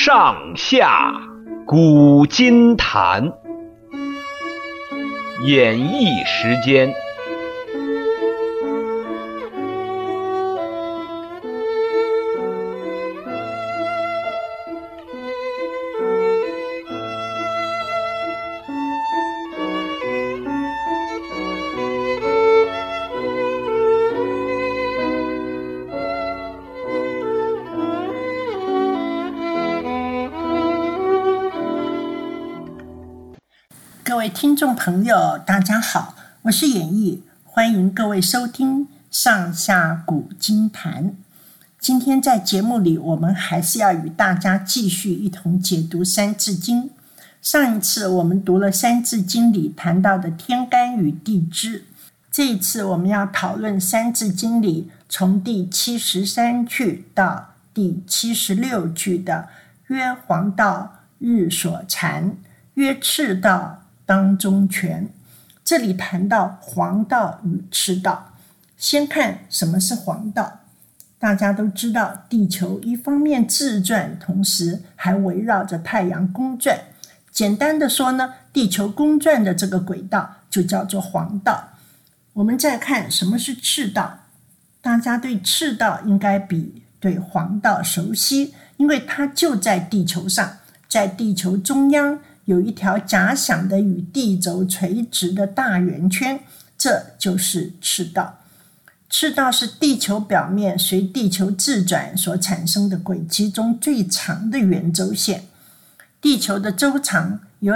上下古今谈，演绎时间。 各位听众朋友大家好，我是演绎，欢迎各位收听上下古今谈。今天在节目里，我们还是要与大家继续一同解读三字经。上一次我们读了三字经里谈到的天干与地支，这一次我们要讨论三字经里从第73句到第76句的曰黄道日所产，曰赤道当中权。这里谈到黄道与赤道。先看什么是黄道。大家都知道，地球一方面自转，同时还围绕着太阳公转。简单的说呢，地球公转的这个轨道就叫做黄道。我们再看什么是赤道。大家对赤道应该比对黄道熟悉，因为它就在地球上，在地球中央有一条假想的与地轴垂直的大圆圈，这就是赤道。赤道是地球表面随地球自转所产生的轨迹中最长的圆周线。地球的周长有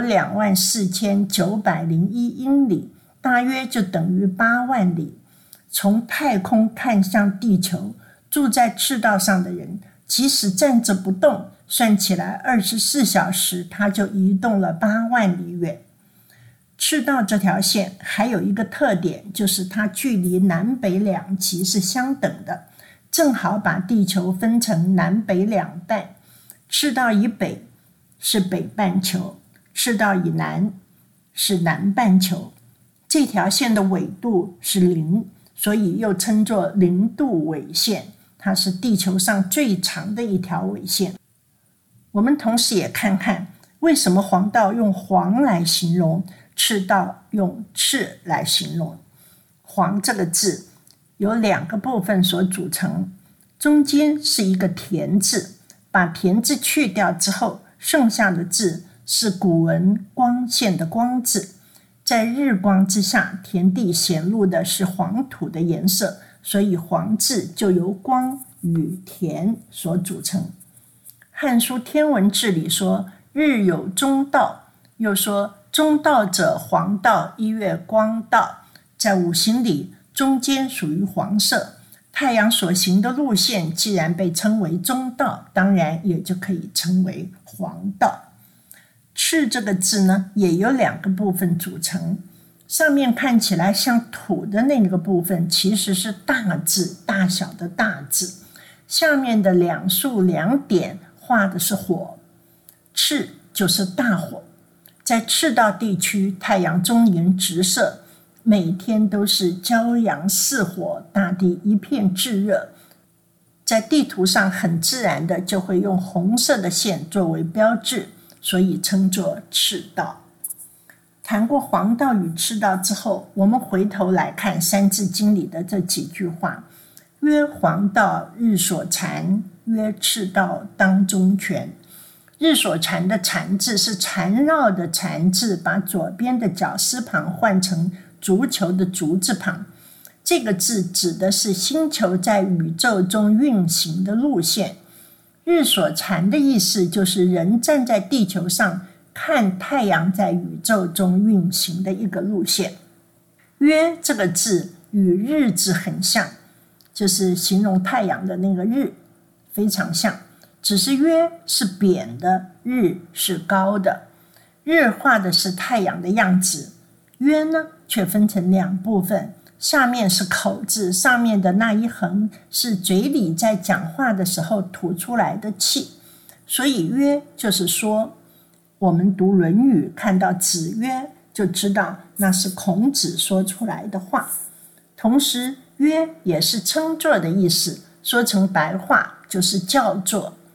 24,901英里，大约就等于8万里。从太空看向地球，住在赤道上的人即使站着不动，算起来24小时他就移动了8万里远。赤道这条线还有一个特点，就是它距离南北两极是相等的，正好把地球分成南北两半。赤道以北是北半球，赤道以南是南半球。这条线的纬度是0，所以又称作0度纬线，它是地球上最长的一条纬线。我们同时也看看为什么黄道用黄来形容，赤道用赤来形容。黄这个字由2个部分所组成，中间是一个田字，把田字去掉之后，剩下的字是古文光线的光字。在日光之下，田地显露的是黄土的颜色，所以黄字就由光与田所组成。汉书天文志里说日有中道，又说中道者黄道，一月光道。在五行里，中间属于黄色，太阳所行的路线既然被称为中道，当然也就可以称为黄道。赤这个字呢，也由2个部分组成，上面看起来像土的那个部分其实是大字，大小的大字，下面的2竖2点画的是火，赤就是大火。在赤道地区，太阳终年直射，每天都是骄阳似火，大地一片炙热。在地图上很自然的就会用红色的线作为标志，所以称作赤道。谈过黄道与赤道之后，我们回头来看三字经里的这几句话。曰黄道日所产，曰赤道当中权。日所产的产字是缠绕的缠字，把左边的绞丝旁换成足球的足字旁。这个字指的是星球在宇宙中运行的路线。日所产的意思就是人站在地球上看太阳在宇宙中运行的一个路线。曰这个字与日字很像，就是形容太阳的那个日，非常像，只是曰是扁的，日是高的。日画的是太阳的样子，曰呢却分成2部分，下面是口字，上面的那一横是嘴里在讲话的时候吐出来的气。所以曰就是说，我们读《论语》看到子曰，就知道那是孔子说出来的话。同时曰也是称作的意思，说成白话就是叫做。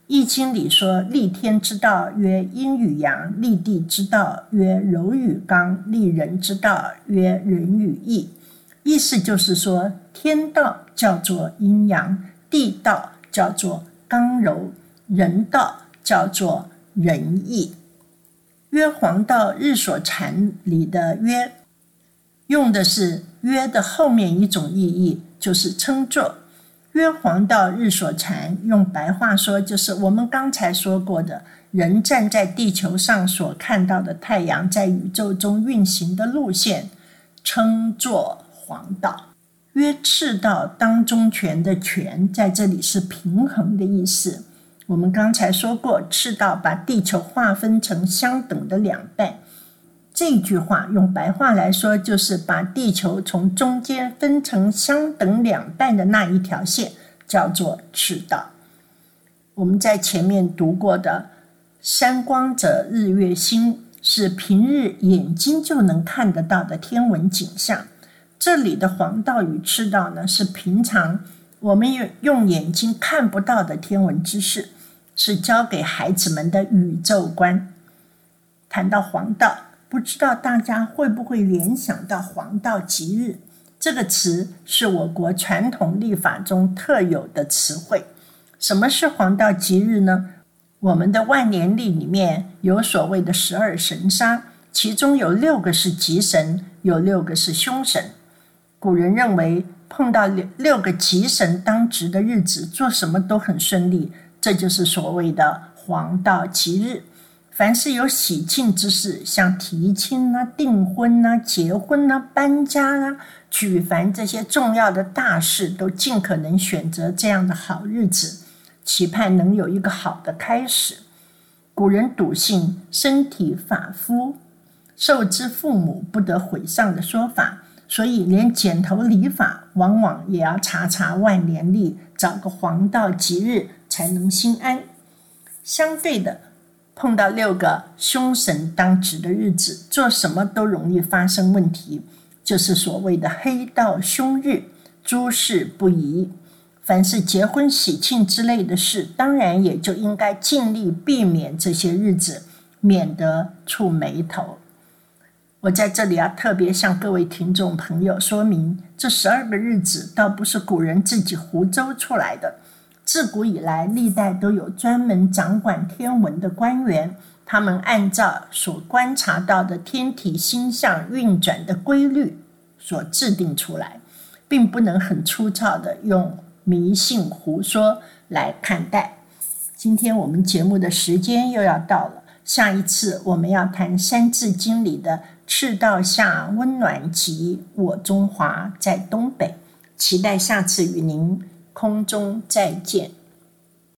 易经里说，立天之道曰阴与阳，立地之道曰柔与刚，立人之道曰仁与义。意思就是说，天道叫做阴阳，地道叫做刚柔，人道叫做仁义。曰黄道日所产里的曰，用的是曰的后面一种意义，就是称作。曰黄道日所产，用白话说就是我们刚才说过的，人站在地球上所看到的太阳在宇宙中运行的路线，称作黄道。曰赤道当中权的权在这里是平衡的意思。我们刚才说过，赤道把地球划分成相等的两半，这句话用白话来说，就是把地球从中间分成相等两半的那一条线叫做赤道。我们在前面读过的三光者日月星，是平日眼睛就能看得到的天文景象。这里的黄道与赤道呢，是平常我们用眼睛看不到的天文知识，是教给孩子们的宇宙观。谈到黄道，不知道大家会不会联想到黄道吉日？这个词是我国传统历法中特有的词汇。什么是黄道吉日呢？我们的万年历里面有所谓的12神杀，其中有6个是吉神，有6个是凶神。古人认为碰到6个吉神当值的日子，做什么都很顺利，这就是所谓的黄道吉日。凡是有喜庆之事，像提亲订婚结婚搬家举凡这些重要的大事，都尽可能选择这样的好日子，期盼能有一个好的开始。古人笃信身体发肤受之父母不得毁丧的说法，所以连剪头理发往往也要查万年历，找个黄道吉日才能心安。相对的，碰到6个凶神当值的日子，做什么都容易发生问题，就是所谓的黑道凶日，诸事不宜。凡是结婚喜庆之类的事，当然也就应该尽力避免这些日子，免得触霉头。我在这里要特别向各位听众朋友说明，这12个日子倒不是古人自己胡诌出来的。自古以来，历代都有专门掌管天文的官员，他们按照所观察到的天体星象运转的规律所制定出来，并不能很粗糙的用迷信胡说来看待。今天我们节目的时间又要到了，下一次我们要谈《三字经》里的赤道下温暖极，我中华在东北。期待下次与您空中再见。